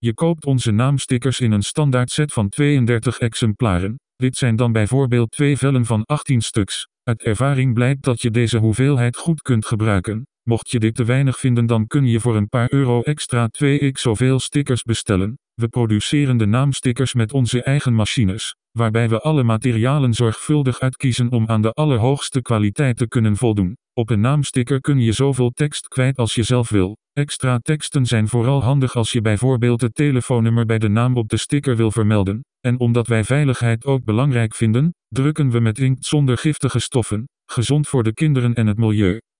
Je koopt onze naamstickers in een standaard set van 32 exemplaren. Dit zijn dan bijvoorbeeld 2 vellen van 18 stuks. Uit ervaring blijkt dat je deze hoeveelheid goed kunt gebruiken. Mocht je dit te weinig vinden, dan kun je voor een paar euro extra 2x zoveel stickers bestellen. We produceren de naamstickers met onze eigen machines, waarbij we alle materialen zorgvuldig uitkiezen om aan de allerhoogste kwaliteit te kunnen voldoen. Op een naamsticker kun je zoveel tekst kwijt als je zelf wil. Extra teksten zijn vooral handig als je bijvoorbeeld het telefoonnummer bij de naam op de sticker wil vermelden. En omdat wij veiligheid ook belangrijk vinden, drukken we met inkt zonder giftige stoffen, gezond voor de kinderen en het milieu.